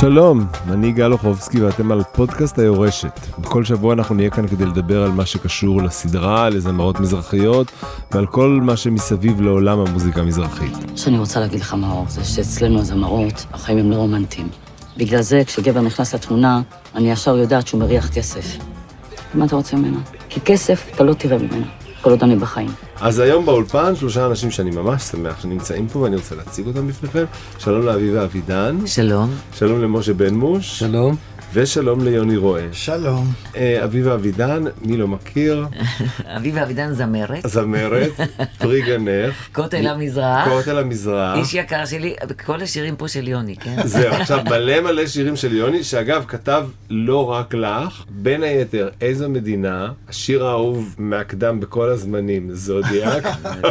שלום, אני גל אוחובסקי ואתם על פודקאסט היורשת. בכל שבוע אנחנו נהיה כאן כדי לדבר על מה שקשור לסדרה, לזמרות מזרחיות ועל כל מה שמסביב לעולם המוזיקה המזרחית. שאני רוצה להגיד לך מאור, זה שאצלנו הזמרות, החיים הם לא רומנטיים. בגלל זה, כשגבר נכנס לתמונה, אני ישר יודעת שהוא מריח כסף. מה אתה רוצה ממנה? כי כסף אתה לא תראה ממנה, כל עוד אני בחיים. אז היום באולפן 3 אנשים שאני ממש שמח שנמצאים פה ואני רוצה להציג אותם בפניכם. שלום לאביבה אבידן. שלום. שלום למשה בן מוש. שלום. ושלום ליוני רואה. שלום. אביבה אבידן, מי לא מכיר? אביבה אבידן זמרת. זמרת, פרי גנך. כותל המזרח. כותל המזרח. איש יקר שלי, כל השירים פה של יוני, כן? זהו, עכשיו מלא שירים של יוני, שאגב כתב לא רק לך, בין היתר איזו מדינה, השיר האהוב מהקדם בכל הזמנים, זודיאק.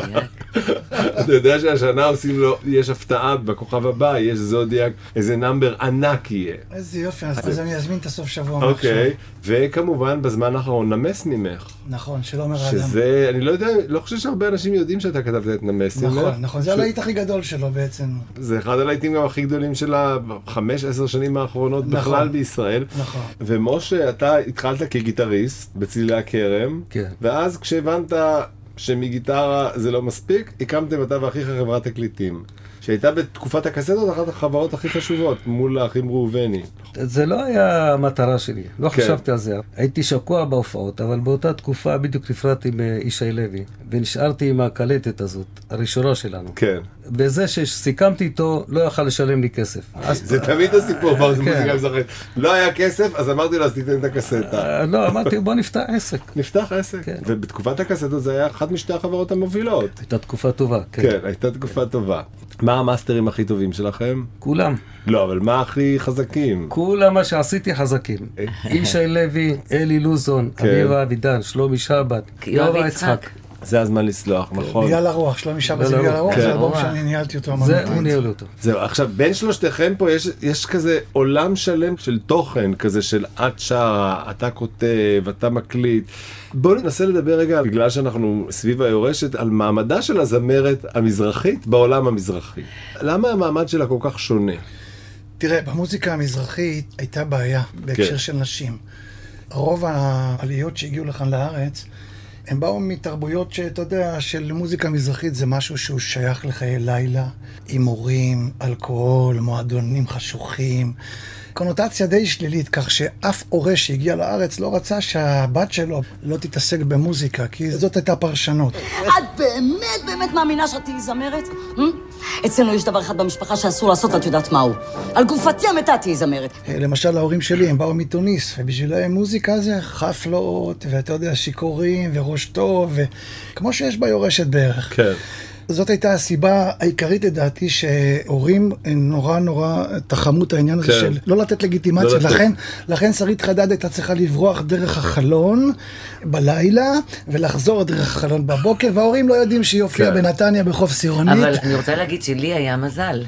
אתה יודע שהשנה עושים לו, יש הפתעה בכוכב הבא, יש זודיאק, איזה נאמבר ענק יהיה. איזה יופי, אז אני אזמין את הסוף שבוע מעכשיו. אוקיי, וכמובן בזמן האחרון נמס ממך. נכון, שלא אומר האדם. שזה, אני לא יודע, לא חושב שהרבה אנשים יודעים שאתה כתבת את נמס ממך. נכון, זה הלהיט הכי גדול שלו בעצם. זה אחד הלהיטים גם הכי גדולים של 5-10 שנים האחרונות בכלל בישראל. נכון. ומשה, אתה התחלת כגיטריסט בצלילי הכרם, ואז כשהבנת שמגיטרה זה לא מספיק, הקמתם אתה ואחיך חברת תקליטים. שהייתה בתקופת הקסטות אחת החברות הכי חשובות מול האחים ראובני. זה לא היה המטרה שלי, לא חשבתי על זה. הייתי שקוע בהופעות, אבל באותה תקופה בדיוק נפרדתי עם ישי לוי, ונשארתי עם הקלטת הזאת, הראשונה שלנו. כן. וזה שסיכמתי איתו, לא יכל לשלם לי כסף. זה תמיד הסיפור במוזיקה המזרחית. לא היה כסף, אז אמרתי לו, אז תיתן את הקסטה. לא, אמרתי, בוא נפתח עסק. נפתח עסק. ובתקופת הקסטות זה היה אחת משתי החברות המובילות. הייתה תקופה טובה, כן. כן, הייתה תקופה טובה. מה המאסטרים הכי טובים שלכם? כולם. לא, אבל מה הכי חזקים? כולם מה שעשיתי חזקים. ישי לוי, אלי לוזון, אביבה אבידן, שלומי שבת, יובה יצחק. זה הזמן לסלוח, נכון? בגלל הרוח, שלומי שבת זה בגלל הרוח, זה אלבום שאני ניהלתי אותו. זה, הוא ניהל אותו. זהו, עכשיו, בין שלושתכם פה יש כזה עולם שלם של תוכן, כזה של את שרה, אתה כותב, אתה מקליט. בואו ננסה לדבר רגע, בגלל שאנחנו סביב היורשת, על מעמדה של הזמרת המזרחית בעולם המזרחי. למה המעמד שלה כל כך שונה? תראה, במוזיקה המזרחית הייתה בעיה בהקשר של נשים. רוב העליות שהגיעו לכאן לארץ, הם באו מתרבויות שאתה יודע, של מוזיקה מזרחית זה משהו שהוא שייך לחיי לילה, הימורים, אלכוהול, מועדונים חשוכים. קונוטציה די שלילית, כך שאף הורה שהגיע לארץ לא רצה שהבת שלו לא תתעסק במוזיקה, כי זאת הייתה פרשנות. את באמת מאמינה שאת תהיי זמרת? אצלנו יש דבר אחד במשפחה שאסור לעשות, את יודעת מהו. על גופתי המתה תהיי זמרת. למשל, ההורים שלי הם באו מתוניס, ובשבילם מוזיקה זה חפלות, ואתה יודע, שיכורים וראש טוב, כמו שיש ביורשת בערך. כן. זאת הייתה הסיבה העיקרית לדעתי שהורים נורא תחמו את העניין הזה של לא לתת לגיטימציה. לכן שרית חדד הייתה צריכה לברוח דרך החלון בלילה ולחזור דרך החלון בבוקר, וההורים לא יודעים שהיא הופיעה בנתניה בחוף סירונית. אבל אני רוצה להגיד שלי היה מזל.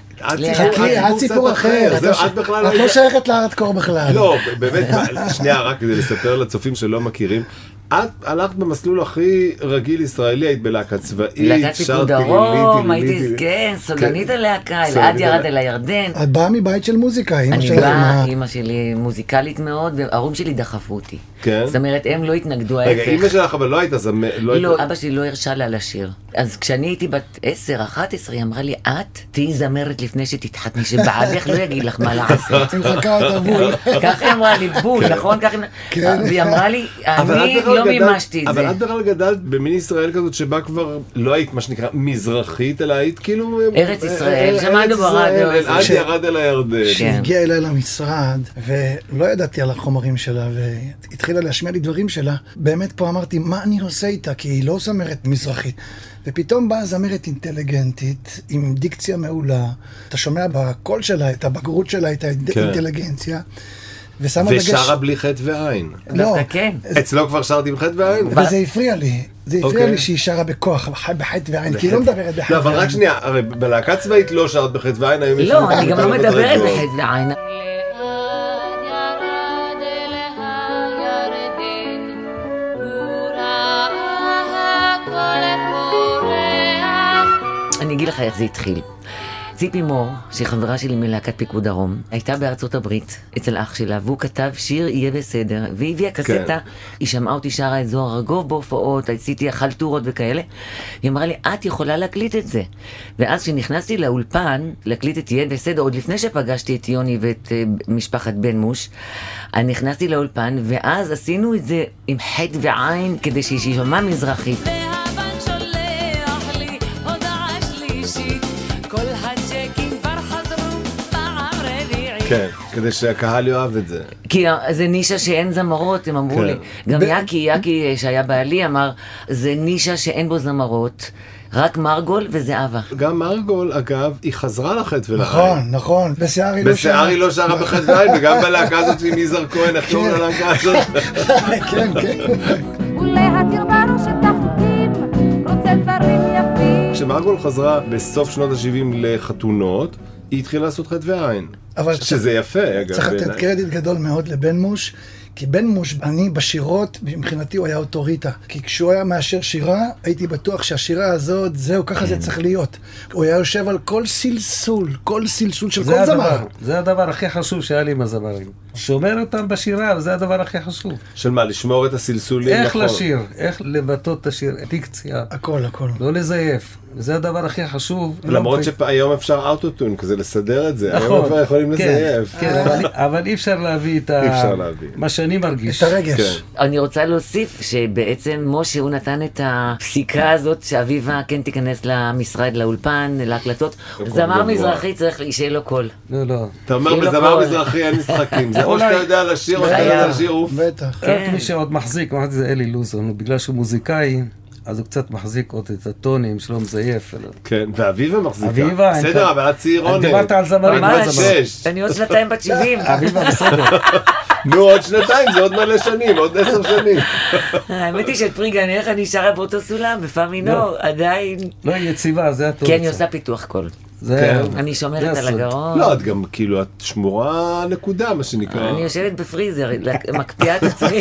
את סיפור אחר, את לא שייכת לארדקור בכלל. לא, באמת, שנייה, רק כדי לספר לצופים שלא מכירים, את הלכת במסלול הכי רגיל ישראלי, היית בלהקה צבאית, להקת פיקוד דרום, הייתי, כן, סולנית הלהקה, אלעד ירד אל הירדן. את באה מבית של מוזיקה, אמא שלך. אני באה, אמא שלי מוזיקלית מאוד, וההורים שלי דחפו אותי. כן? זאת אומרת, הם לא התנגדו, ההפך. רגע, אמא שלך אבל לא הייתה זמרת. לא, אבא שלי לא הרשה לה לשיר. אז כשאני הייתי בת 10-11, היא אמרה לי, את תהיי זמרת לפני שתתחתני, שבעלך לא יגיד לך מה לעשות. מחכה אותה בול. ככה היא אמרה לי, בול, נכון? והיא אמרה לי, אני לא מימשתי את זה. אבל את בכלל גדלת במין ישראל כזאת שבה כבר לא היית מה שנקרא מזרחית, אלא היית כאילו... ארץ ישראל, שמענו ברדיו. אלעד ירד אל הירדן. שהגיעה אליי למשרד, ולא ידעתי על החומרים שלה, והתחילה להשמיע לי דברים שלה. באמת פה אמרתי, מה אני עושה איתה? כי היא לא זמרת מזרחית. ופתאום באה זמרת אינטליגנטית, עם דיקציה מעולה. אתה שומע בקול שלה, את הבגרות שלה, את האינטליגנציה. ושרה בלי חטא ועין. לא. אצלו כבר שרתי עם חטא ועין? וזה הפריע לי. זה הפריע לי שהיא שרה בכוח, בחטא ועין, כי היא לא מדברת בחטא ועין. לא, אבל רק שנייה, הרי בלהקה צבאית לא שרת בחטא ועין. לא, אני גם לא מדברת בחטא ועין. אני אגיד לך איך זה התחיל. ציפי מור, שהיא חברה שלי מלהקת פיקוד דרום, הייתה בארצות הברית אצל אח שלה, והוא כתב שיר יהיה בסדר, והיא הביאה קסטה, היא שמעה אותי שרה את זוהר ארגוב בהופעות, עשיתי חלטורות וכאלה, היא אמרה לי, את יכולה להקליט את זה. ואז כשנכנסתי לאולפן, להקליט את יהיה בסדר, עוד לפני שפגשתי את יוני ואת משפחת בן מוש, אני נכנסתי לאולפן, ואז עשינו את זה עם חטא ועין, כדי שהיא שישמע מזרחית. כן, כדי שהקהל יאהב את זה. כי זה נישה שאין זמרות, הם אמרו לי. גם יאקי שהיה בעלי אמר, זה נישה שאין בו זמרות, רק מרגול וזהבה. גם מרגול, אגב, היא חזרה לחטא ולעין. נכון, נכון. בשיער היא לא שרה בחטא ולעין, וגם בלהקה הזאת עם יזהר כהן, איך קוראים ללהקה הזאת? כן, כן. ולהתיר בראש את החוקים, רוצה דברים יפים. כשמרגול חזרה בסוף שנות ה-70 לחתונות, היא התחילה לעשות חטא ועין. שזה יפה, אגב. צריך לתת קרדיט גדול מאוד לבן מוש, כי בן מוש, אני בשירות, מבחינתי הוא היה אוטוריטה. כי כשהוא היה מאשר שירה, הייתי בטוח שהשירה הזאת, זהו, ככה זה צריך להיות. הוא היה יושב על כל סלסול של כל זמר. זה הדבר הכי חשוב שהיה לי עם הזמרים. שומר אותם בשירה, וזה הדבר הכי חשוב. של מה, לשמור את הסלסולים? איך לשיר, איך לבטא את השיר, דיקציה. הכל. לא לזייף. וזה הדבר הכי חשוב. למרות שהיום אפשר אוטוטון, כזה לסדר את זה. היום כבר יכולים לזייף. כן, אבל אי אפשר להביא את מה שאני מרגיש. את הרגש. אני רוצה להוסיף שבעצם משה הוא נתן את הפסיקה הזאת שאביבה כן תיכנס למשרד, לאולפן, להקלטות. זמר מזרחי צריך שיהיה לו קול. לא. אתה אומר, בזמר מזרחי אין משחקים. זה או שאתה יודע לשיר או שאתה יודע לשיר אוף. בטח. רק מי שעוד מחזיק זה אלי לוזון, בגלל שהוא מוזיקאי. אז הוא קצת מחזיק עוד את הטונים שלא מזייף. כן, ואביבה מחזיקה. אביבה. בסדר, אבל את צעירונת. דיברת על זמרים. ממש, אני עוד 2 בת 70. אביבה בסדר. נו, עוד 2, זה עוד מלא שנים, עוד 10 שנים. האמת היא שאת פריגן, איך אני שרה באותו סולם, בפמינור, עדיין. לא, היא יציבה, זה הטוב. כן, היא עושה פיתוח קול. אני שומרת על הגרון. לא, את גם כאילו, את שמורה נקודה, מה שנקרא. אני יושבת בפריזר, מקפיאה את עצמי.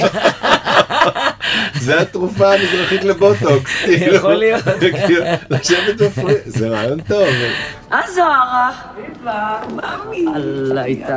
זה התרופה המזרחית לבוטוקס. יכול להיות. לשבת בפריזר, זה רעיון טוב. זוהרה. מאמי. אללה איתך.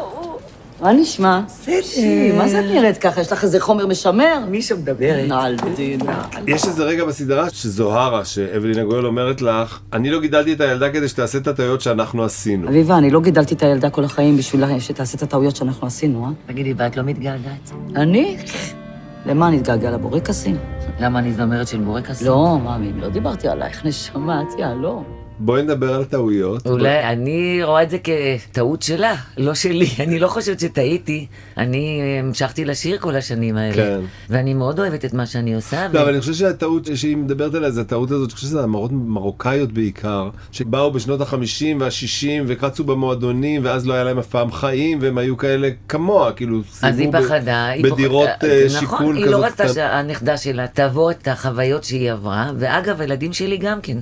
מה נשמע? מה זה נראית ככה? יש לך איזה חומר משמר? מי שמדברת? נעלדינה. יש איזה רגע בסדרה שזוהרה, שאבלינה גואל אומרת לך, אני לא גידלתי את הילדה כדי שתעשה את הטעויות שאנחנו עשינו. אביבה, אני לא גידלתי את הילדה כל החיים בשביל שתעשה את הטעויות שאנחנו עשינו, אה? תגידי, ואת לא מתגעגעת? אני? למה אני אתגעגע? לבורקסים? למה אני זמרת של בורקסים? לא, מאמי, לא דיברתי עלייך, נשמת, לא. בואי נדבר על טעויות. אולי, אני רואה את זה כטעות שלה, לא שלי. אני לא חושבת שטעיתי. אני המשכתי לשיר כל השנים האלה. כן. ואני מאוד אוהבת את מה שאני עושה. לא, אבל אני חושב שהטעות שהיא מדברת עליה, זה הטעות הזאת, אני חושב שזה אמרות מרוקאיות בעיקר, שבאו בשנות ה-50 וה-60 וקרצו במועדונים, ואז לא היה להם אף פעם חיים, והם היו כאלה כמוה, כאילו, אז היא פחדה. בדירות שיכון כזאת. נכון, היא לא רצתה שהנכדה שלה תעבור את החוויות שהיא עברה, ואגב, הילדים שלי גם כן.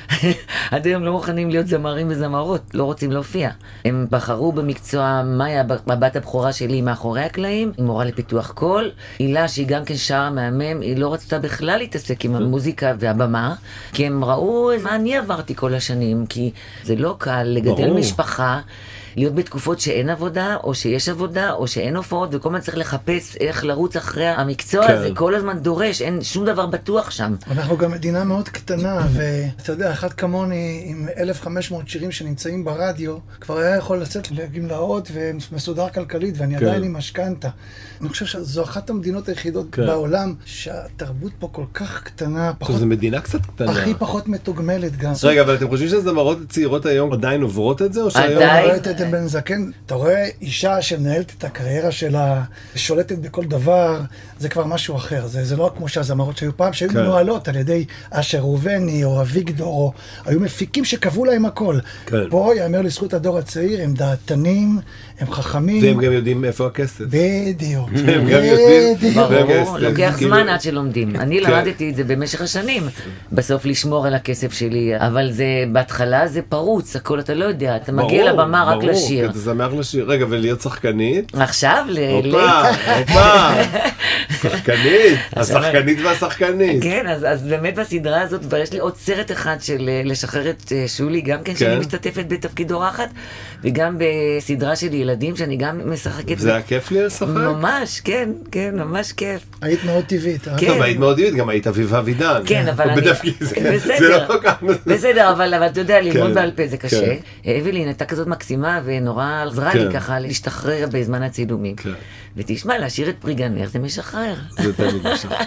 עד היום לא מוכנים להיות זמרים וזמרות, לא רוצים להופיע. הם בחרו במקצוע, מאיה, בבת הבכורה שלי מאחורי הקלעים, היא מורה לפיתוח קול, הילה שהיא גם כן שרה מהמם, היא לא רצתה בכלל להתעסק עם המוזיקה והבמה, כי הם ראו מה אני עברתי כל השנים, כי זה לא קל לגדל משפחה, להיות בתקופות שאין עבודה, או שיש עבודה, או שאין הופעות, וכל הזמן צריך לחפש איך לרוץ אחרי המקצוע הזה, כל הזמן דורש, אין שום דבר בטוח שם. אנחנו גם מדינה מאוד קטנה, ואתה יודע, אחד כמוני עם 1,500 שירים שנמצאים ברדיו, כבר היה יכול לצאת לגמלאות ומסודר כלכלית, ואני עדיין עם משכנתה. אני חושב שזו אחת המדינות היחידות בעולם, שהתרבות פה כל כך קטנה, זו מדינה קצת קטנה. הכי פחות מתוגמלת גם. רגע, אבל אתם חושבים שהזמרות הצעירות היום עדיין עוברות את זה, או שהיום... עדיין. בן זקן, אתה רואה אישה שמנהלת את הקריירה שלה, שולטת בכל דבר, זה כבר משהו אחר. זה לא כמו שהזמרות שהיו פעם, שהיו מנוהלות על ידי אשר ראובני או אביגדור, או היו מפיקים שקבעו להם הכל. פה יאמר לזכות הדור הצעיר, הם דעתנים, הם חכמים. והם גם יודעים איפה הכסף. בדיוק. הם גם יודעים. ברור, לוקח זמן עד שלומדים. אני למדתי את זה במשך השנים, בסוף לשמור על הכסף שלי, אבל זה, בהתחלה זה פרוץ, הכל אתה לא יודע, אתה מגיע לבמה רק לשיר. אתה שמח לשיר. רגע, ולהיות שחקנית? עכשיו, הופה, שחקנית, השחקנית והשחקנית. כן, אז באמת בסדרה הזאת כבר יש לי עוד סרט אחד אחד של לשחרר את שולי, גם כן שאני משתתפת בתפקיד אורחת, וגם בסדרה של ילדים שאני גם משחקת. זה היה כיף לי לשחק? ממש, כן, ממש כיף. היית מאוד טבעית. טוב, היית מאוד טבעית, גם היית אביבה וידן. כן, אבל אני... בסדר, אבל אתה יודע, ללמוד בעל פה זה קשה. אבלין הייתה כזאת מקסימה ונורא עזרה לי ככה להשתחרר בזמן הצילומים. ותשמע, להשאיר את פריגנך זה משחרר. זה תמיד משחרר.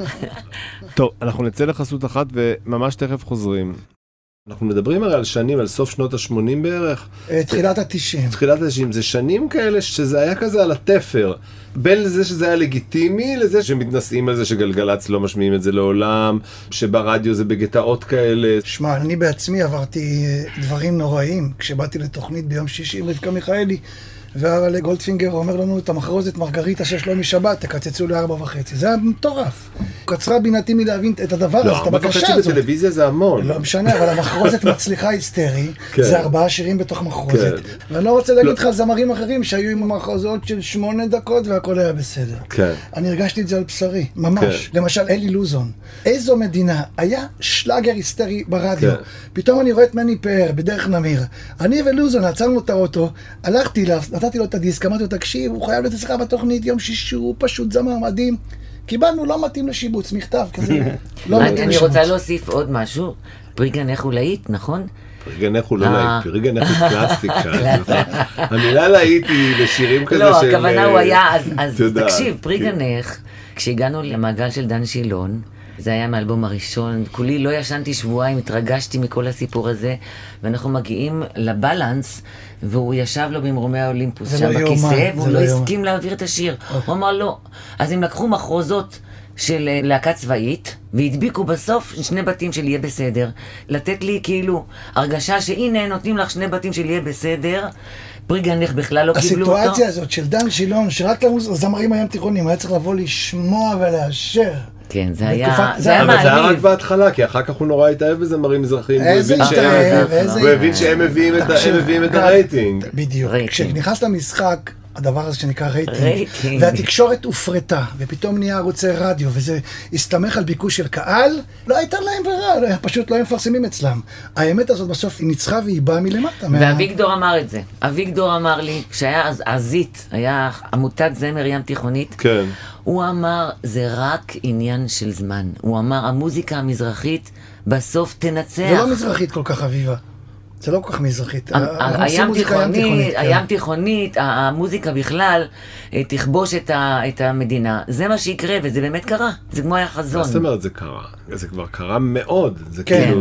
טוב, אנחנו נצא לחסות אחת וממש תכף חוזרים. אנחנו מדברים הרי על שנים, על סוף שנות ה-80 בערך. תחילת ה-90. תחילת ה-90, זה שנים כאלה שזה היה כזה על התפר. בין לזה שזה היה לגיטימי, לזה שמתנסים על זה שגלגלץ לא משמיעים את זה לעולם, שברדיו זה בגטאות כאלה. שמע, אני בעצמי עברתי דברים נוראים. כשבאתי לתוכנית ביום שישי עם רבקה מיכאלי, והרלה גולדפינגר אומר לנו את המחרוזת מרגריטה שיש לו משבת, תקצצו ל4.5. זה היה מטורף. קצרה בינתי מלהבין את הדבר הזה, את הבקשה הזאת. בטלוויזיה זה המון. לא משנה, אבל המחרוזת מצליחה היסטרי, זה 4 שירים בתוך מחרוזת. ואני לא רוצה להגיד לך על זמרים אחרים שהיו עם מחרוזות של 8 דקות והכל היה בסדר. אני הרגשתי את זה על בשרי, ממש. למשל, אלי לוזון. איזו מדינה, היה שלאגר היסטרי ברדיו. פתאום אני רואה את מני פאר בדרך נמיר. אני ולוזון עצרנו את האוטו, הלכתי אליו, נתתי לו את הדיסק, אמרתי לו, תקשיב, הוא חייב להיות אצלך בתוכנית יום שישי, הוא פשוט זמר מדהים. קיבלנו לא מתאים לשיבוץ, מכתב כזה. אני רוצה להוסיף עוד משהו. פריגנך הוא להיט, נכון? פריגנך הוא לא להיט, פריגנך הוא קלאסיקה. המילה להיט היא לשירים כזה של... לא, הכוונה הוא היה, אז תקשיב, פריגנך, כשהגענו למעגל של דן שילון, זה היה מהאלבום הראשון, כולי לא ישנתי שבועיים, התרגשתי מכל הסיפור הזה, ואנחנו מגיעים לבלנס, והוא ישב לו במרומי האולימפוס, שם בכיסא, והוא לא הסכים להעביר את השיר. הוא אמר לא. אז הם לקחו מחרוזות של להקה צבאית, והדביקו בסוף 2 בתים של יהיה בסדר. לתת לי כאילו הרגשה שהנה נותנים לך 2 בתים של יהיה בסדר, פריגנך בכלל לא קיבלו אותו. הסיטואציה הזאת של דן שילון, שרק לזמרים הים תיכונים, היה צריך לבוא לשמוע ולאשר. כן, זה היה אבל זה היה רק בהתחלה, כי אחר כך הוא נורא התאהב בזמרים מזרחיים, הוא הבין שהם מביאים את הרייטינג. בדיוק. כשנכנס למשחק, הדבר הזה שנקרא רייטינג, והתקשורת הופרטה, ופתאום נהיה ערוצי רדיו, וזה הסתמך על ביקוש של קהל, לא הייתה להם ברירה, פשוט לא הם מפרסמים אצלם. האמת הזאת בסוף היא ניצחה והיא באה מלמטה. ואביגדור אמר את זה. אביגדור אמר לי, כשהיה אז עזית, היה עמותת זמר ים תיכונית, כן. הוא אמר, זה רק עניין של זמן. הוא אמר, המוזיקה המזרחית בסוף תנצח. זה לא מזרחית כל כך אביבה. זה לא כל כך מזרחית. הים תיכונית, המוזיקה בכלל, תכבוש את המדינה. זה מה שיקרה, וזה באמת קרה. זה כמו היה חזון. זאת אומרת, זה קרה. זה כבר קרה מאוד. כן,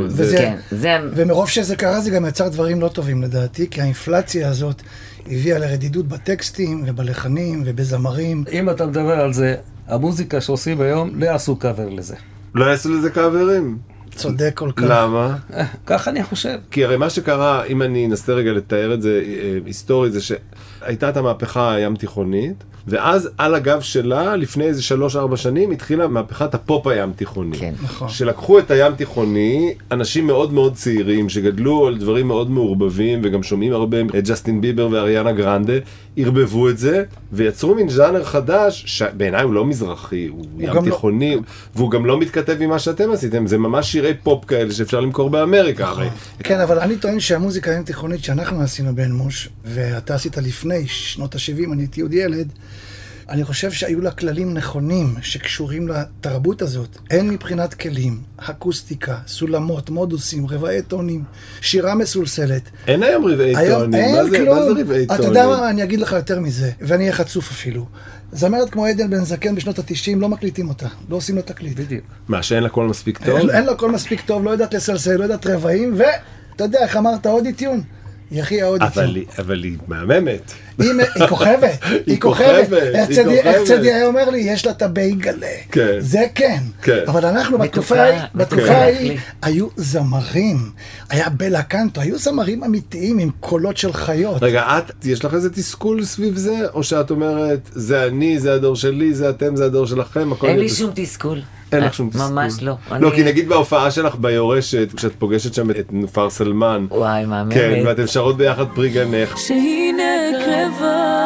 ומרוב שזה קרה, זה גם יצר דברים לא טובים לדעתי, כי האינפלציה הזאת הביאה לרדידות בטקסטים ובלחנים ובזמרים. אם אתה מדבר על זה, המוזיקה שעושים היום, לא יעשו קאבר לזה. לא יעשו לזה קאברים? צודק כל כך. למה? ככה אני חושב. כי הרי מה שקרה, אם אני אנסה רגע לתאר את זה היסטורית, זה שהייתה את המהפכה הים תיכונית, ואז על הגב שלה, לפני איזה 3-4 שנים, התחילה מהפכת הפופ הים תיכוני. כן, נכון. שלקחו את הים תיכוני, אנשים מאוד מאוד צעירים, שגדלו על דברים מאוד מעורבבים, וגם שומעים הרבה את ג'סטין ביבר ואריאנה גרנדה, ערבבו את זה, ויצרו מין ז'אנר חדש, שבעיניי הוא לא מזרחי, הוא ים תיכוני, והוא גם לא מתכתב עם מה שאתם עשיתם, זה ממש שירי פופ כאלה שאפשר למכור באמריקה. הרי. כן, אבל אני טוען שהמוזיקה הים תיכונית שאנחנו עשינו בן מוש, ואתה עשית לפני שנות ה-70, אני הייתי עוד ילד, אני חושב שהיו לה כללים נכונים שקשורים לתרבות הזאת, הן מבחינת כלים, אקוסטיקה, סולמות, מודוסים, רבעי טונים, שירה מסולסלת. אין היום רבעי טונים, מה זה רבעי טונים? אתה יודע מה, אני אגיד לך יותר מזה, ואני אהיה חצוף אפילו. זמרת כמו עדן בן זקן בשנות ה-90, לא מקליטים אותה, לא עושים לה תקליט. בדיוק. מה, שאין לה קול מספיק טוב? אין לה קול מספיק טוב, לא יודעת לסלסל, לא יודעת רבעים, ואתה יודע איך אמרת, אודיטיון? יחי האודיטיון. אבל היא מהממת. היא כוכבת, היא כוכבת. איך צדי היה אומר לי, יש לה את הבייגלה. זה כן. אבל אנחנו בתקופה ההיא, היו זמרים. היה בלה קנטו, היו זמרים אמיתיים עם קולות של חיות. רגע, יש לך איזה תסכול סביב זה? או שאת אומרת, זה אני, זה הדור שלי, זה אתם, זה הדור שלכם? אין לי שום תסכול. אין לך שום תסכול. ממש לא. לא, כי נגיד בהופעה שלך ביורשת, כשאת פוגשת שם את נופר סלמן. וואי, מאמנת. כן, ואתם שרות ביחד פריגנך. שהנה קרבה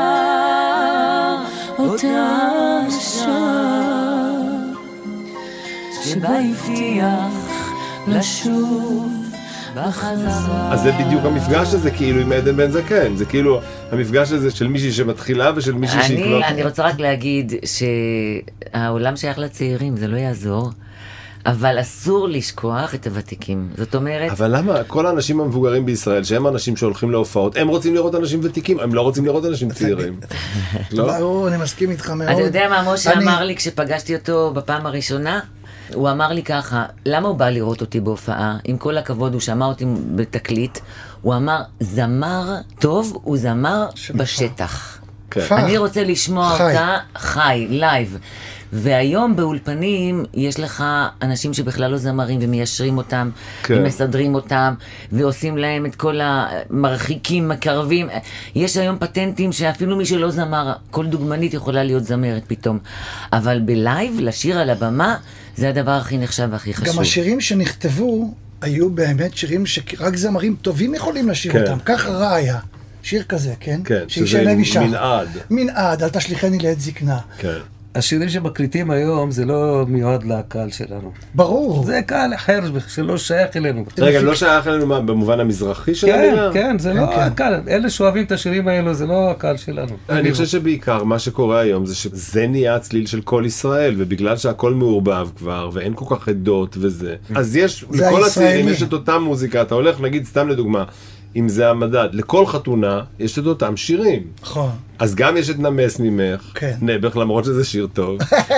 אותה שעה שבה הבטיח לשוב בחזרה. אז זה בדיוק המפגש הזה, כאילו, עם עדן בן זקן. זה כאילו המפגש הזה של מישהי שמתחילה ושל מישהי שהיא כבר... אני רוצה רק להגיד שהעולם שייך לצעירים, זה לא יעזור. אבל אסור לשכוח את הוותיקים. זאת אומרת... אבל למה כל האנשים המבוגרים בישראל, שהם אנשים שהולכים להופעות, הם רוצים לראות אנשים ותיקים, הם לא רוצים לראות אנשים צעירים. לא? ברור, אני מסכים איתך מאוד. אתה יודע מה משה אמר לי כשפגשתי אותו בפעם הראשונה? הוא אמר לי ככה, למה הוא בא לראות אותי בהופעה? עם כל הכבוד, הוא שמע אותי בתקליט. הוא אמר, זמר טוב הוא זמר בשטח. אני רוצה לשמוע אותה חי, לייב. והיום באולפנים יש לך אנשים שבכלל לא זמרים ומיישרים אותם, ומסדרים אותם, ועושים להם את כל המרחיקים, מקרבים. יש היום פטנטים שאפילו מי שלא זמר, כל דוגמנית יכולה להיות זמרת פתאום. אבל בלייב, לשיר על הבמה, זה הדבר הכי נחשב והכי חשוב. גם השירים שנכתבו היו באמת שירים שרק זמרים טובים יכולים לשיר אותם. כך רע היה. שיר כזה, כן? כן, שזה מנעד. מנעד, אל תשליכני לעת זקנה. כן. השירים שמקליטים היום זה לא מיועד לקהל שלנו. ברור. זה קהל אחר שלא שייך אלינו. רגע, לא שייך אלינו במובן המזרחי של המילה? כן, זה לא הקהל. אלה שאוהבים את השירים האלו, זה לא הקהל שלנו. אני חושב שבעיקר מה שקורה היום זה שזה נהיה הצליל של כל ישראל, ובגלל שהכל מעורבב כבר, ואין כל כך עדות וזה. אז יש, לכל הצעירים יש את אותה מוזיקה. אתה הולך, נגיד, סתם לדוגמה, אם זה המדד, לכל חתונה יש את אותם שירים. נכון. אז גם יש את נמס ממך, כן. נעבך, למרות שזה שיר טוב.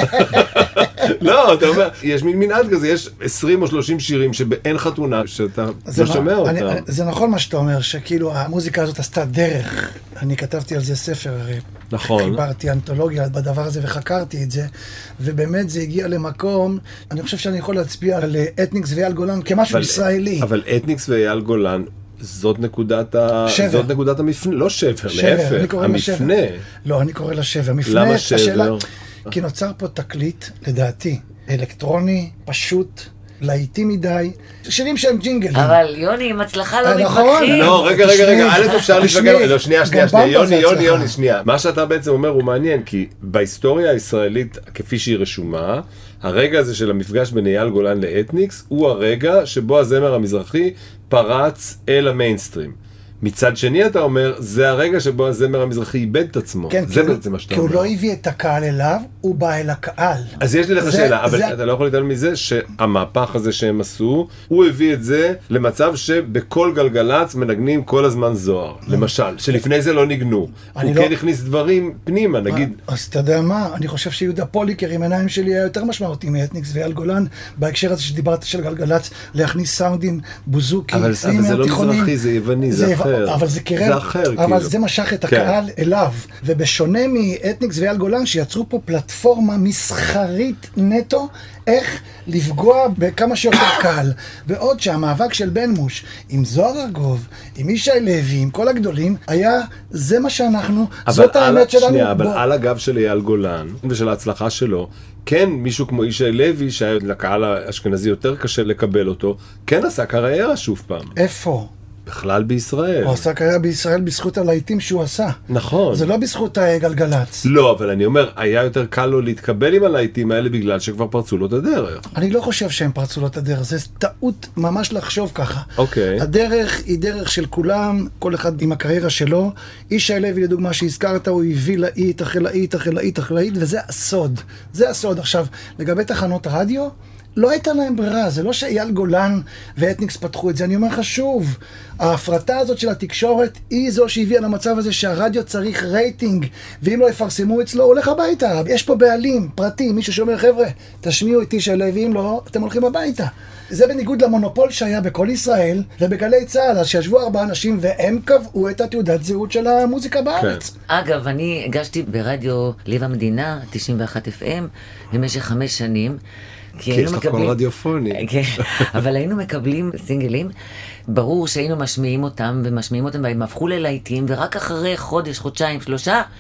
לא, אתה אומר, יש מין מנעד כזה, יש 20 או 30 שירים שבאין חתונה, שאתה לא שומע אותם. זה נכון מה שאתה אומר, שכאילו המוזיקה הזאת עשתה דרך. אני כתבתי על זה ספר, נכון. חיברתי אנתולוגיה בדבר הזה וחקרתי את זה, ובאמת זה הגיע למקום, אני חושב שאני יכול להצביע על אתניקס ואייל גולן כמשהו ישראלי. אבל אתניקס ואייל גולן, זאת נקודת המפנה, לא שבר, להפך, המפנה. לא, אני קורא לה שבר. למה שבר? כי נוצר פה תקליט, לדעתי, אלקטרוני, פשוט, להיטי מדי, שירים שהם ג'ינגלים. אבל יוני, עם הצלחה לא מתווכחים. לא, רגע, א' אפשר להתווכח, לא, שנייה, יוני, שנייה. מה שאתה בעצם אומר הוא מעניין, כי בהיסטוריה הישראלית, כפי שהיא רשומה, הרגע הזה של המפגש בין אייל גולן לאתניקס, הוא הרגע שבו הזמר המזרחי פרץ אל המיינסטרים. מצד שני אתה אומר, זה הרגע שבו הזמר המזרחי איבד את עצמו. כן, זה בעצם מה שאתה אומר. כי הוא לא הביא את הקהל אליו, הוא בא אל הקהל. אז יש לי לך שאלה, אבל אתה לא יכול להתעלם מזה שהמהפך הזה שהם עשו, הוא הביא את זה למצב שבכל גלגלץ מנגנים כל הזמן זוהר. למשל, שלפני זה לא ניגנו. הוא כן הכניס דברים פנימה, נגיד. אז אתה יודע מה? אני חושב שיהודה פוליקר עם עיניים שלי היה יותר משמעותי מאתניקס ואייל גולן, בהקשר הזה שדיברת של גלגלץ, להכניס סאונדים, בוזוקי, אבל זה לא מזרחי, זה יווני, זה אחר. אבל זה אחר, אבל זה משך את הקהל אליו. ובשונה מאתניקס ואייל גולן, שיצרו פה פלטפורמה מסחרית נטו, איך לפגוע בכמה שיותר קהל. בעוד שהמאבק של בן מוש, עם זוהר ארגוב, עם ישי לוי, עם כל הגדולים, היה, זה מה שאנחנו, זאת האמת שלנו. שנייה, אבל על הגב של אייל גולן, ושל ההצלחה שלו, כן, מישהו כמו ישי לוי, שהיה לקהל האשכנזי יותר קשה לקבל אותו, כן עשה קריירה שוב פעם. איפה? בכלל בישראל. הוא עשה קריירה בישראל בזכות הלהיטים שהוא עשה. נכון. זה לא בזכות גלגלץ. לא, אבל אני אומר, היה יותר קל לו להתקבל עם הלהיטים האלה בגלל שכבר פרצו לו את הדרך. אני לא חושב שהם פרצו לו את הדרך, זה טעות ממש לחשוב ככה. אוקיי. הדרך היא דרך של כולם, כל אחד עם הקריירה שלו. ישי לוי, לדוגמה שהזכרת, הוא הביא להיט אחרי להיט אחרי להיט אחרי להיט, וזה הסוד. זה הסוד. עכשיו, לגבי תחנות רדיו, לא הייתה להם ברירה, זה לא שאייל גולן ואתניקס פתחו את זה, אני אומר לך שוב, ההפרטה הזאת של התקשורת היא זו שהביאה למצב הזה שהרדיו צריך רייטינג, ואם לא יפרסמו אצלו, הוא הולך הביתה. יש פה בעלים, פרטי, מישהו שאומר, חבר'ה, תשמיעו איתי שאלה, ואם לא, אתם הולכים הביתה. זה בניגוד למונופול שהיה בכל ישראל ובגלי צה"ל, אז שישבו 4 אנשים והם קבעו את התעודת זהות של המוזיקה בארץ. כן. אגב, אני הגשתי ברדיו לב המדינה, 91 FM, במשך 5 שנים, כי יש לך כל רדיופוני. כן, אבל היינו מקבלים סינגלים, ברור שהיינו משמיעים אותם, והם הפכו ללהיטים, ורק אחרי חודש, חודשיים, 3,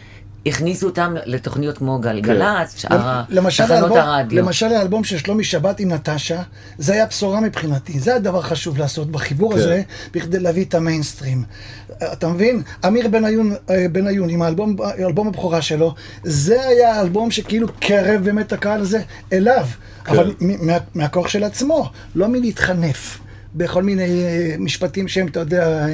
הכניסו אותם לתוכניות כמו גלגלצ, שאר למשל תחנות הרדיו. למשל האלבום של שלומי שבת עם נטשה, זה היה בשורה מבחינתי, זה הדבר חשוב לעשות בחיבור הזה, בכדי להביא את המיינסטרים. אתה מבין? אמיר בניון עם האלבום הבכורה שלו, זה היה האלבום שכאילו קרב באמת הקהל הזה אליו, אבל מהכוח של עצמו, לא מלהתחנף בכל מיני משפטים שהם, אתה יודע,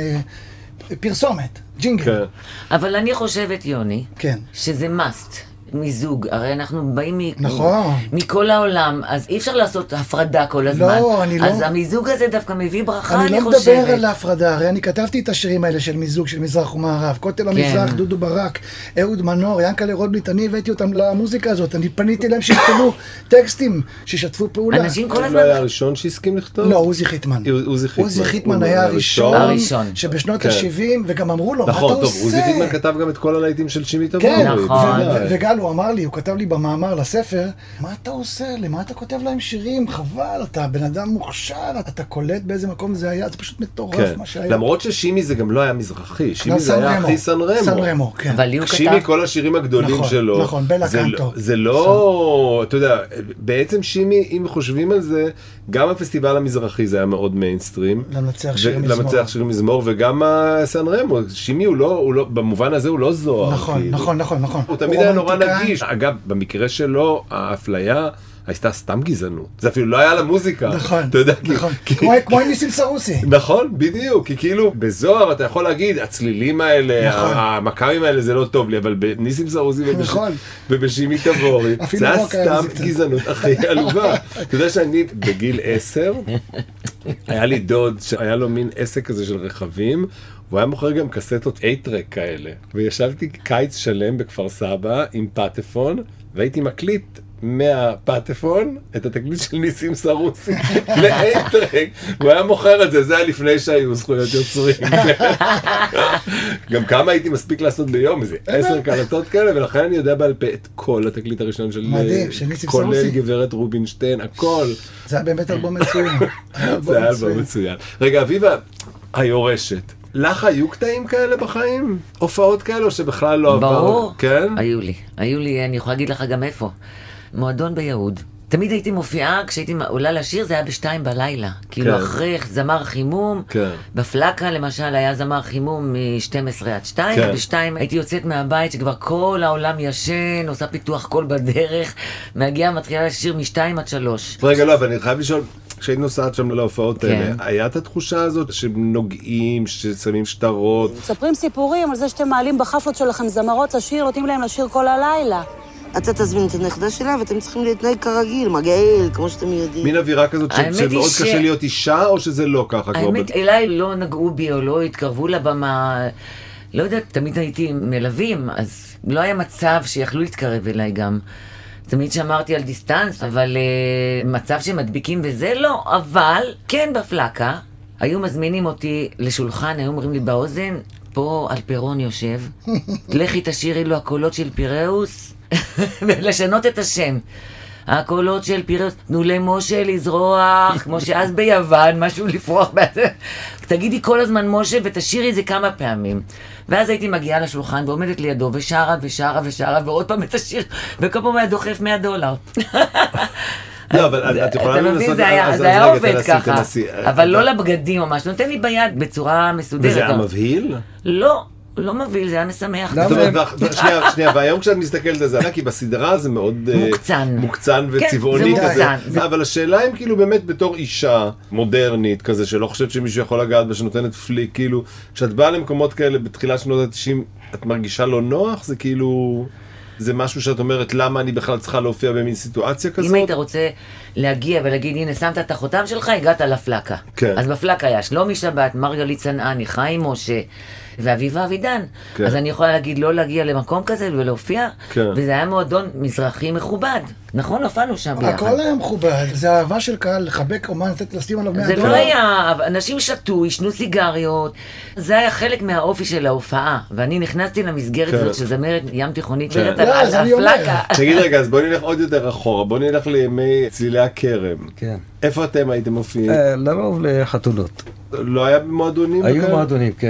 פרסומת, ג'ינגל. אבל אני חושבת, יוני, כן. שזה must. מיזוג, הרי אנחנו באים נכון. מכל העולם, אז אי אפשר לעשות הפרדה כל הזמן. לא, אני לא. אז המיזוג הזה דווקא מביא ברכה, אני אני לא חושבת. מדבר על ההפרדה, הרי אני כתבתי את השירים האלה של מיזוג, של מזרח ומערב, כותל המזרח, דודו ברק, אהוד מנור, ינקלה רוטבליט, אני הבאתי אותם למוזיקה הזאת, אני פניתי להם שיכתבו טקסטים, שישתפו פעולה. אנשים כל הזמן... לא היה הראשון שהסכים לכתוב? לא, עוזי חיטמן. עוזי חיטמן היה הראשון, שבשנות ה-70, וגם אמרו לו, מה אתה עושה? נכון, טוב, עוזי חיטמן כתב גם את כל הלהיטים של שימי תבורי. כן, וגל, הוא אמר לי, הוא כתב לי במאמר לספר, מה אתה עושה? למה אתה כותב להם שירים? חבל, אתה בן אדם מוכשר, אתה קולט באיזה מקום זה היה, זה פשוט מטורף מה שהיה. למרות ששימי זה גם לא היה מזרחי, שימי זה היה הכי סן רמו. סן רמו, כן. שימי כל השירים הגדולים שלו. נכון, בלה קנטו. זה לא, אתה יודע, בעצם שימי, אם חושבים על זה, גם הפסטיבל המזרחי זה היה מאוד מיינסטרים. לנצח שירים מזמור. לנצח שירים מזמור, וגם סן רמו. שימי הוא לא, במובן הזה הוא לא זוהר. נכון. הוא תמיד היה נורא נגיש. אגב, במקרה שלו, האפליה הייתה סתם גזענות. זה אפילו לא היה למוזיקה. נכון, אתה יודע, נכון. כמו עם ניסים סרוסי. נכון, בדיוק. כי כאילו, בזוהר אתה יכול להגיד, הצלילים האלה, המקאמים האלה זה לא טוב לי, אבל בניסים סרוסי ובשימי תבורי, זה היה סתם גזענות הכי עלובה. אתה יודע שאני בגיל 10, היה לי דוד שהיה לו מין עסק כזה של רכבים, והוא היה מוכר גם קסטות 8-טרק כאלה. וישבתי קיץ שלם בכפר סבא עם פטפון, והייתי מקליט מהפטפון את התקליט של ניסים סרוסי ל8-טרק. הוא היה מוכר את זה, זה היה לפני שהיו זכויות יוצרים. גם כמה הייתי מספיק לעשות ביום, איזה 10 קלטות כאלה, ולכן אני יודע בעל פה את כל התקליט הראשון של ניסים סרוסי. כולל גברת רובינשטיין, הכל. זה היה באמת אלבום מצוין. זה היה אלבום מצוין. רגע, אביבה, היורשת. לך היו קטעים כאלה בחיים? הופעות כאלה או שבכלל לא עבר? ברור. כן? היו לי, אני יכולה להגיד לך גם איפה. מועדון ביהוד. תמיד הייתי מופיעה, כשהייתי עולה לשיר, זה היה ב2 בלילה. כאילו אחרי זמר חימום, בפלקה למשל היה זמר חימום מ12 עד 2, ב2 הייתי יוצאת מהבית שכבר כל העולם ישן, עושה פיתוח קול בדרך, מגיעה, מתחילה לשיר מ2 עד 3. רגע, לא, אבל אני חייב לשאול, כשהיית נוסעת שם להופעות האלה, היה את התחושה הזאת שנוגעים, ששמים שטרות? מספרים סיפורים על זה שאתם מעלים בחפלות שלכם זמרות לשיר, נותנים להם לשיר כל הלילה. אתה תזמין את הנכדה שלה ואתם צריכים להתנהג כרגיל, מגעיל, כמו שאתם יודעים. מין אווירה כזאת שמאוד קשה להיות אישה, או שזה לא ככה? האמת, אליי לא נגעו בי או לא התקרבו לבמה, לא יודעת, תמיד הייתי מלווים, אז לא היה מצב שיכלו להתקרב אליי גם. תמיד שמרתי על דיסטנס, אבל מצב שמדביקים וזה לא, אבל כן בפלקה, היו מזמינים אותי לשולחן, היו אומרים לי באוזן, פה אלפרון יושב, לכי תשאירי לו הקולות של פיראוס, ולשנות את השם. הקולות של פיראוס, תנו למשה לזרוח, כמו שאז ביוון, משהו לפרוח. תגידי כל הזמן משה ותשאירי את זה כמה פעמים. ואז הייתי מגיעה לשולחן ועומדת לידו ושרה ושרה ושרה ועוד פעם את השיר, וכל פעם היה דוחף $100. לא, אבל את יכולה לנסות... זה היה עובד ככה, אבל לא לבגדים או משהו, נותן לי ביד בצורה מסודרת. וזה היה מבהיל? לא מבהיל, זה היה משמח. שנייה, והיום כשאת מסתכלת על זה, כי בסדרה זה מאוד מוקצן וצבעוני כזה, אבל השאלה אם כאילו באמת בתור אישה מודרנית כזה, שלא חושבת שמישהו יכול לגעת בה, שנותנת פליק, כאילו, כשאת באה למקומות כאלה בתחילת שנות ה-90, את מרגישה לא נוח? זה כאילו... זה משהו שאת אומרת, למה אני בכלל צריכה להופיע במין סיטואציה כזאת? אם היית רוצה להגיע ולהגיד, הנה, שמת את החותם שלך, הגעת לפלקה. כן. אז בפלקה היה שלומי שבת, מרגלית צנעני, חיים משה, ואביבה אבידן. כן. אז אני יכולה להגיד, לא להגיע למקום כזה ולהופיע, כן. וזה היה מועדון מזרחי מכובד. נכון, הופענו שם ביחד. הכל היה מכובד, זה אהבה של קהל, לחבק אומן, לתת לשים עליו $100. זה לא היה, אנשים שתו, ישנו סיגריות, זה היה חלק מהאופי של ההופעה, ואני נכנסתי למסגרת הזאת שזמרת ים תיכונית, על הפלקה. תגיד רגע, אז בואי נלך עוד יותר אחורה, בואי נלך לימי צלילי הכרם. כן. איפה אתם הייתם מופיעים? לרוב לחתונות. לא היה מועדונים? היו מועדונים, כן.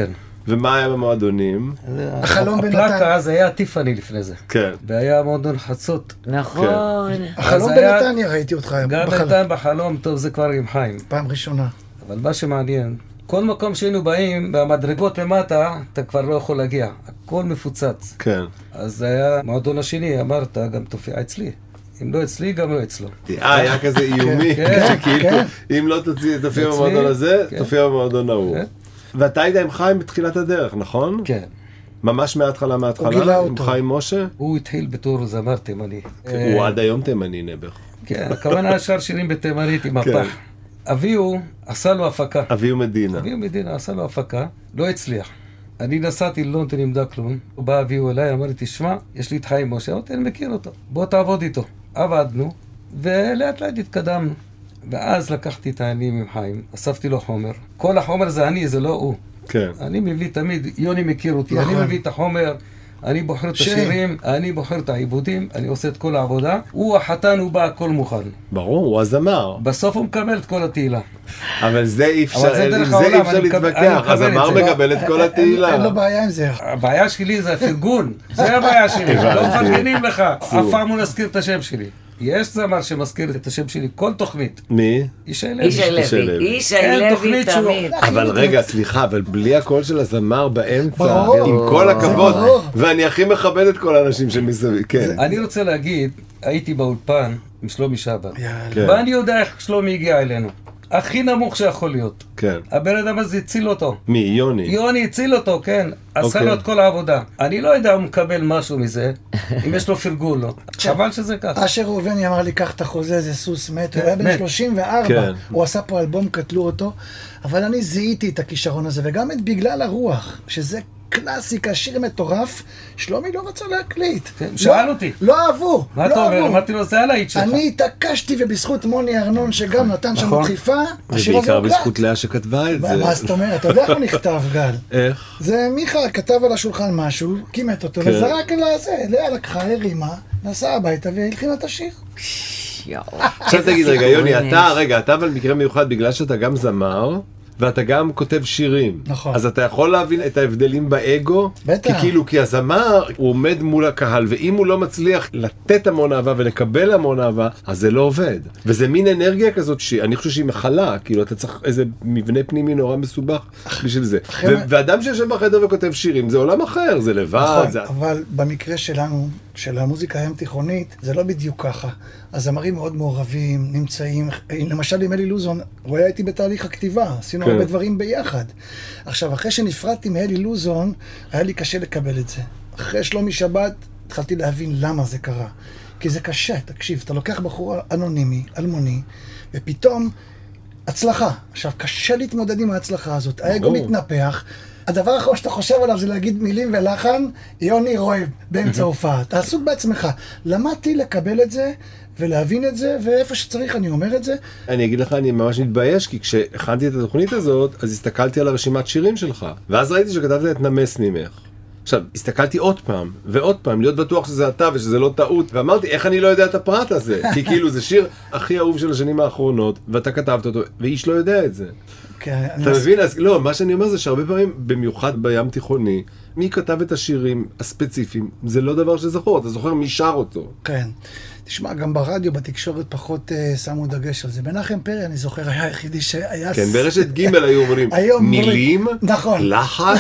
ומה היה במועדונים? החלום בנתניה. הפלקה אז היה טיפאני לפני זה. כן. והיה מועדון חצות. נכון. החלום אז היה- בנתניה ראיתי אותך גם בחלום. בינתיים בחלום, טוב, זה כבר עם חיים. פעם ראשונה. אבל מה שמעניין, כל מקום שהיינו באים, במדרגות למטה, אתה כבר לא יכול להגיע. הכל מפוצץ. כן. אז זה היה מועדון השני, אמרת, גם תופיע אצלי. אם לא אצלי, גם לא אצלו. היה כזה איומי, כן, שכאילו, כן. אם לא תופיע אצלי, במועדון הזה, כן. תופיע במועדון ההוא. כן. ואתה היית עם חיים בתחילת הדרך, נכון? כן. ממש מההתחלה, הוא גילה עם אותו. חיים משה? הוא התחיל בתור זמר תימני. הוא עד היום תימני נעבך. כן, הכוונה שר שירים בתימנית עם כן. הפח. אביהו עשה לו הפקה. אביהו מדינה. אביהו מדינה עשה לו הפקה, לא הצליח. אני נסעתי ללונדון עם דקלון, הוא בא אביהו אליי, אמר לי, תשמע, יש לי את חיים משה, אמרתי, אני מכיר אותו, בוא תעבוד איתו. עבדנו, ולאט לאט התקדמנו. ואז לקחתי את העניינים עם חיים, אספתי לו חומר. כל החומר זה אני, זה לא הוא. כן. אני מביא תמיד, יוני מכיר אותי, נכון. אני מביא את החומר, אני בוחר את שירים. השירים, אני בוחר את העיבודים, אני עושה את כל העבודה. הוא החתן, הוא בא, הכל מוכן. ברור, הוא הזמר. בסוף הוא מקבל את כל התהילה. אבל זה אי אפשר, אבל זה עם דרך זה העולם, אי אפשר אני מקבל להתווכח. את הזמר זה. מקבל את כל התהילה. אין לו בעיה עם זה. הבעיה שלי זה הפרגון, זה הבעיה שלי, לא מפרגנים לך, אף פעם הוא נזכיר את השם שלי. יש זמר שמזכיר את השם שלי, כל תוכנית. מי? ישי איש לוי. לוי, איש אין לוי תוכנית שהוא- תמיד. אבל רגע, סליחה, אבל בלי הקול של הזמר באמצע, ברור. עם כל הכבוד, ברור. ואני הכי מכבד את כל האנשים שמסביב, כן. אני רוצה להגיד, הייתי באולפן עם שלומי שבת, יאללה. כן. ואני יודע איך שלומי הגיע אלינו. הכי נמוך שיכול להיות. כן. הבן אדם הזה הציל אותו. מי? יוני? יוני הציל אותו, כן. עשה אוקיי. לו את כל העבודה. אני לא יודע אם הוא מקבל משהו מזה, אם יש לו פרגון לו. חבל שזה ככה. אשר ראובני אמר לי, קח את החוזה, זה סוס מת, הוא היה בן מת. 34, כן. הוא עשה פה אלבום, קטלו אותו, אבל אני זיהיתי את הכישרון הזה, וגם את בגלל הרוח, שזה קלאסיקה, שיר מטורף, שלומי לא רצה להקליט. כן, לא- שאל אותי. לא אהבו, מה לא אתה אומר? אהבו. אמרתי לו, זה הלהיט שלך. אני התעקשתי, ובזכות מוני ארנון, שגם נתן שם נכון. דחיפה, השיר הזה ובעיקר הוקלט. בזכות לאה שכתבה את זה. מה זאת אומרת? אתה יודע איך הוא נכתב, גל? איך? זה מיכה כתב על השולחן משהו, כימת אותו, כן. וזרק לזה, לאה לקחה, הרימה, נסעה הביתה והלחינה את השיר. יואו. עכשיו איזה תגיד רגע, סיפורים יוני, יש. אתה אבל מקרה מיוחד בגלל שאתה גם זמר, ואתה גם כותב שירים. נכון. אז אתה יכול להבין את ההבדלים באגו? בטח. כי הזמר, הוא עומד מול הקהל, ואם הוא לא מצליח לתת המון אהבה ולקבל המון אהבה, אז זה לא עובד. וזה מין אנרגיה כזאת שאני חושב שהיא מחלה, כאילו אתה צריך איזה מבנה פנימי נורא מסובך בשביל זה. ואדם שיושב בחדר וכותב שירים, זה עולם אחר, זה לבד. נכון, זה... אבל במקרה שלנו, של המוזיקה הים תיכונית, זה לא בדיוק ככה. הזמרים מאוד מעורבים, נמצאים, למשל עם אלי לוזון, הוא היה איתי בתהליך הכתיבה, עשינו כן. הרבה דברים ביחד. עכשיו, אחרי שנפרדתי מאלי לוזון, היה לי קשה לקבל את זה. אחרי שלומי שבת, התחלתי להבין למה זה קרה. כי זה קשה, תקשיב, אתה לוקח בחור אנונימי, אלמוני, ופתאום הצלחה. עכשיו, קשה להתמודד עם ההצלחה הזאת. האגו מתנפח. הדבר האחרון שאתה חושב עליו זה להגיד מילים ולחן, יוני רואה באמצע הופעה. אתה עסוק בעצמך. למדתי לקבל את זה ולהבין את זה, ואיפה שצריך אני אומר את זה. אני אגיד לך, אני ממש מתבייש, כי כשהכנתי את התוכנית הזאת, אז הסתכלתי על הרשימת שירים שלך, ואז ראיתי שכתבת את נמס ממך. עכשיו, הסתכלתי עוד פעם, ועוד פעם, להיות בטוח שזה אתה ושזה לא טעות, ואמרתי, איך אני לא יודע את הפרט הזה? כי כאילו, זה שיר הכי אהוב של השנים האחרונות, ואתה כתבת אותו, ואיש לא יודע את זה. אתה מבין? אז לא, מה שאני אומר זה שהרבה פעמים, במיוחד בים תיכוני, מי כתב את השירים הספציפיים, זה לא דבר שזכור, אתה זוכר מי שר אותו. כן. תשמע, גם ברדיו, בתקשורת פחות שמו דגש על זה. מנחם פרי, אני זוכר, היה היחידי שהיה... כן, ברשת ג' היו אומרים, מילים, נכון. לחן,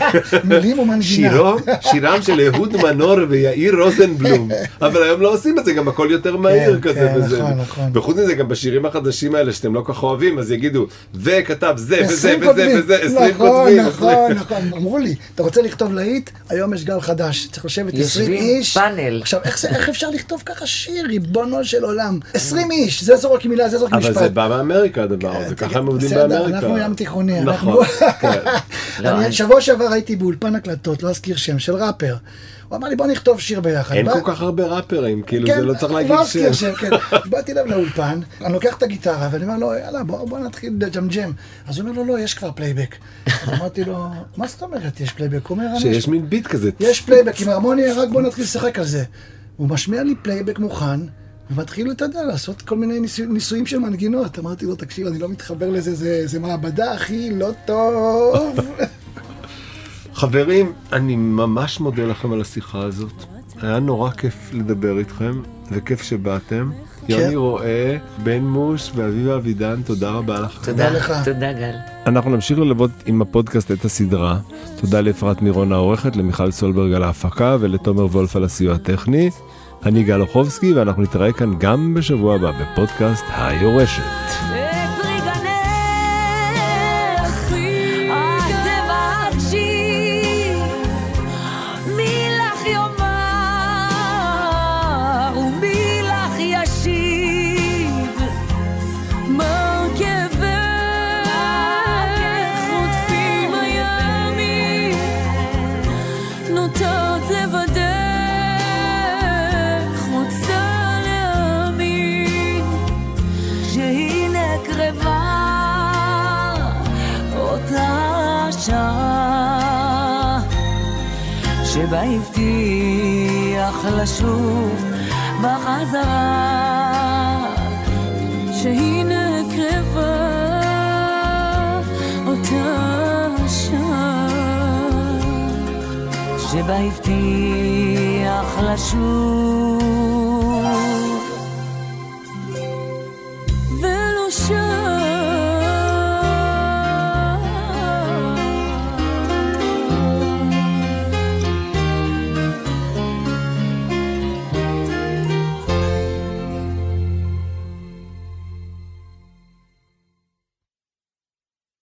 מילים ומנגינה. שירם של אהוד מנור ויאיר רוזנבלום. אבל היום לא עושים את זה, גם הכל יותר מהיר כזה. כן, נכון, נכון. וחוץ מזה, גם בשירים החדשים האלה שאתם לא כך אוהבים, אז יגידו, וכתב זה וזה 20 וזה וזה, 20 כותבים. נכון, נכון. אמרו לי, אתה רוצה לכתוב להיט? היום יש גל חדש. צריך לשבת 20 איש. פאנל. עכשיו, איך אפשר לכתוב ככה שיר, ריבונו של עולם? 20 איש, זה זורק מילה, זה זורק משפט. אבל זה בא מאמריקה הדבר הזה, ככה הם עובדים באמריקה. בסדר, אנחנו ים תיכוני. נכון, אני שבוע שעבר הייתי באולפן הקלטות, לא אזכיר שם, של ראפר. הוא אמר לי, בוא נכתוב שיר ביחד. אין כל כך הרבה ראפרים, כאילו זה לא צריך להגיד לא שם. אזכיר שם, כן. באתי אליו לאולפן, אני לוקח את הגיטרה, ואני אומר לו, יאללה, בוא נתחיל ג'ם. אז הוא אומר לו, לא, יש כבר פלייבק. אז אמרתי לו, מה זאת אומרת, יש פלייבק? הוא אומר, שיש מין ביט כזה. יש פלייבק עם הרמוניה, רק בוא נתחיל לשחק על זה. הוא משמיע לי פלייבק מוכן, ומתחיל, אתה יודע, לעשות כל מיני ניסויים של מנגינות. אמרתי לו, תקשיב, אני לא מתחבר לזה, זה מעבדה הכי לא טוב. חברים, אני ממש מודה לכם על השיחה הזאת. היה נורא כיף לדבר איתכם, וכיף שבאתם. יוני רואה, בן מוש ואביבה אבידן, תודה רבה לכם. תודה לך. תודה גל. אנחנו נמשיך ללוות עם הפודקאסט את הסדרה. תודה לאפרת מירון העורכת, למיכל סולברג על ההפקה ולתומר וולף על הסיוע הטכני. אני גל אוחובסקי ואנחנו נתראה כאן גם בשבוע הבא בפודקאסט היורשת. שבה הבטיח לשוב בחזרה, שהנה קרבה אותה שעה, שבה הבטיח לשוב